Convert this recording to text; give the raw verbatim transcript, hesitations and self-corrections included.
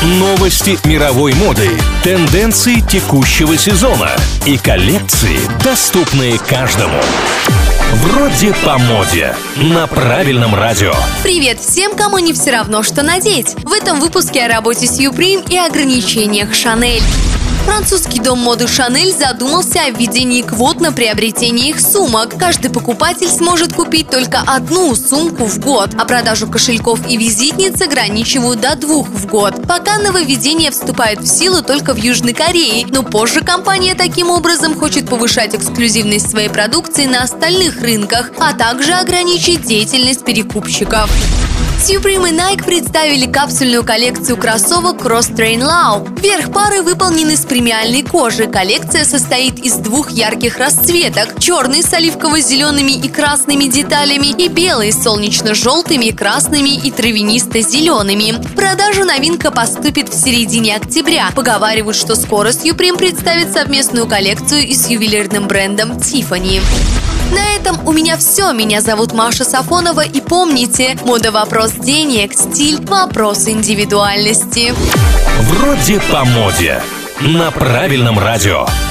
Новости мировой моды, тенденции текущего сезона и коллекции, доступные каждому. Вроде по моде. На правильном радио. Привет всем, кому не все равно, что надеть. В этом выпуске о работе Supreme и ограничениях Chanel. Французский дом моды Chanel задумался о введении квот на приобретение их сумок. Каждый покупатель сможет купить только одну сумку в год, а продажу кошельков и визитниц ограничивают до двух в год. Пока нововведение вступает в силу только в Южной Корее, но позже компания таким образом хочет повышать эксклюзивность своей продукции на остальных рынках, а также ограничить деятельность перекупщиков. Supreme и Nike представили капсульную коллекцию кроссовок Cross Train Low. Верх пары выполнен из премиальной кожи. Коллекция состоит из двух ярких расцветок: черный с оливково-зелеными и красными деталями и белый с солнечно-желтыми, красными и травянисто-зелеными. В продажу новинка поступит в середине октября. Поговаривают, что скоро Supreme представит совместную коллекцию и с ювелирным брендом Tiffany. На этом у меня все. Меня зовут Маша Сафонова, и помните, мода – вопрос денег, стиль – вопрос индивидуальности. Вроде по моде. На правильном радио.